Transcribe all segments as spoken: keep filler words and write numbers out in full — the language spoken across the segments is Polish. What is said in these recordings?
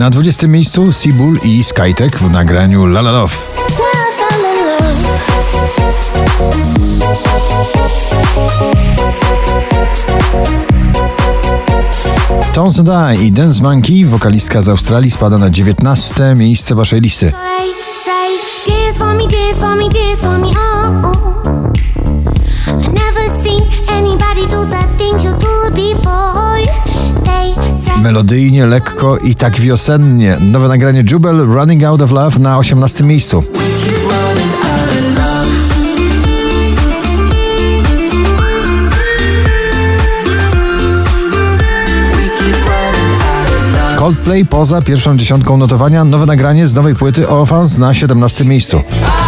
Na dwudziestym miejscu Seabull i Skytech w nagraniu La La Love. Tones and I i Dance Monkey, wokalistka z Australii, spada na dziewiętnaste miejsce waszej listy. Melodyjnie, lekko i tak wiosennie. Nowe nagranie Jubel, Running Out of Love, na osiemnastym miejscu. Coldplay poza pierwszą dziesiątką notowania. Nowe nagranie z nowej płyty Orphans na siedemnastym miejscu.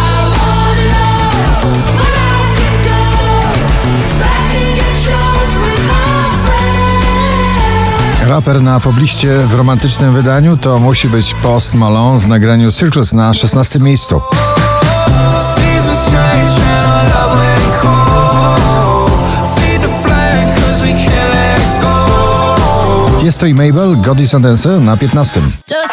Raper na pobliście w romantycznym wydaniu to musi być Post Malone w nagraniu Circles na szesnastym miejscu. Tiesto i Mabel, God is a Dancer na piętnastym.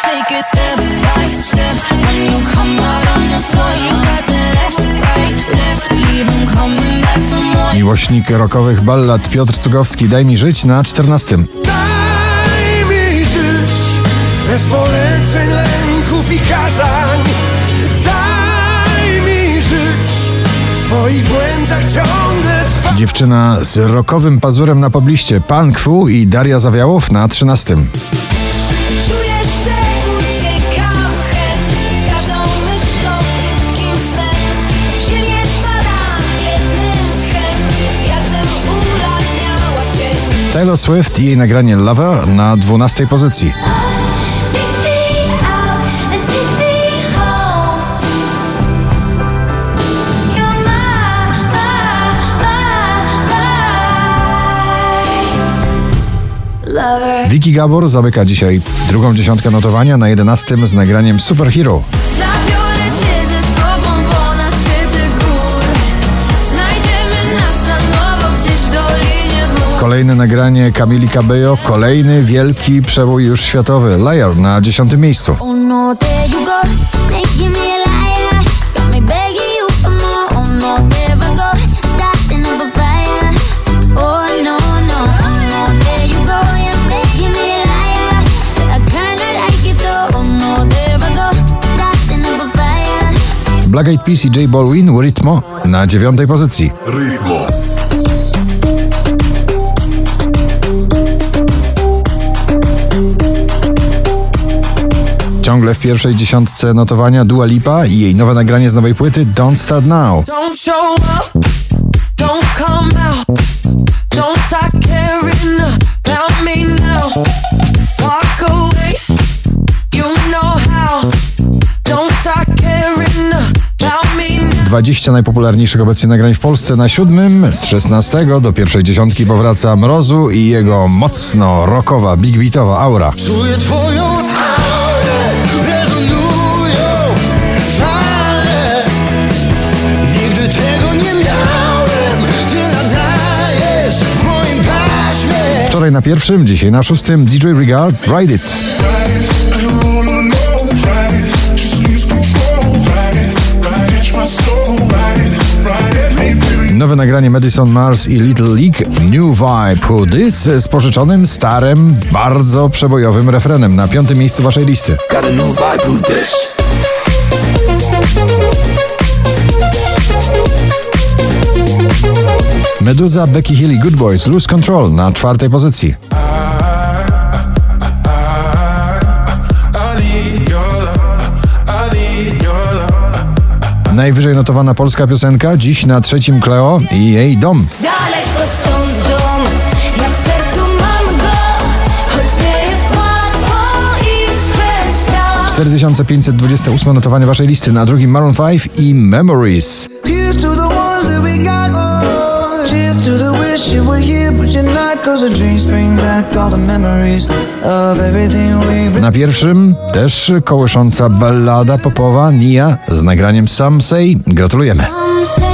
Miłośnik rockowych ballad Piotr Cugowski, Daj mi żyć na czternastym. Daj mi żyć bez poleceń, lęków i kazań. Daj mi żyć w swoich błędach ciągle trwa. Dziewczyna z rockowym pazurem na pobliście, Pan Kwu i Daria Zawiałow na trzynastym. Taylor Swift i jej nagranie Lover na dwunastej pozycji. Vicky Gabor zamyka dzisiaj drugą dziesiątkę notowania na jedenastym z nagraniem Superhero. Kolejne nagranie Camili Cabello, kolejny wielki przebój już światowy, Liar na dziesiątym miejscu. Black Eyed Peas i J Balvin, Ritmo na dziewiątej pozycji. Ritmo. Ciągle w pierwszej dziesiątce notowania Dua Lipa i jej nowe nagranie z nowej płyty Don't Start Now. Don't show up, don't come out, don't start caring about me now. Walk away, you know how, don't start caring about me now. dwadzieścia najpopularniejszych obecnie nagrań w Polsce na siódmym. Z szesnastego do pierwszej dziesiątki powraca Mrozu i jego mocno rockowa, big beatowa aura. Czuję twoją aurę, rezonują fale. Nigdy tego nie miałem, ty nadajesz w moim paśmie. Wczoraj na pierwszym, dzisiaj na szóstym D J Regard, Ride It. Nowe nagranie Madison Mars i Little League, New Vibe Who This, z pożyczonym, starym, bardzo przebojowym refrenem na piątym miejscu waszej listy. Meduza, Becky Hill i Good Boys, Lose Control na czwartej pozycji. Najwyżej notowana polska piosenka, dziś na trzecim Cleo i jej Dom. Daleko stąd dom, ja w sercu mam go, choć nie jest łatwo iść przez świat. cztery tysiące pięćset dwadzieścia osiem notowanie waszej listy, na drugim Maroon pięć i Memories. Na pierwszym też kołysząca ballada popowa Nia z nagraniem Some Say. Gratulujemy.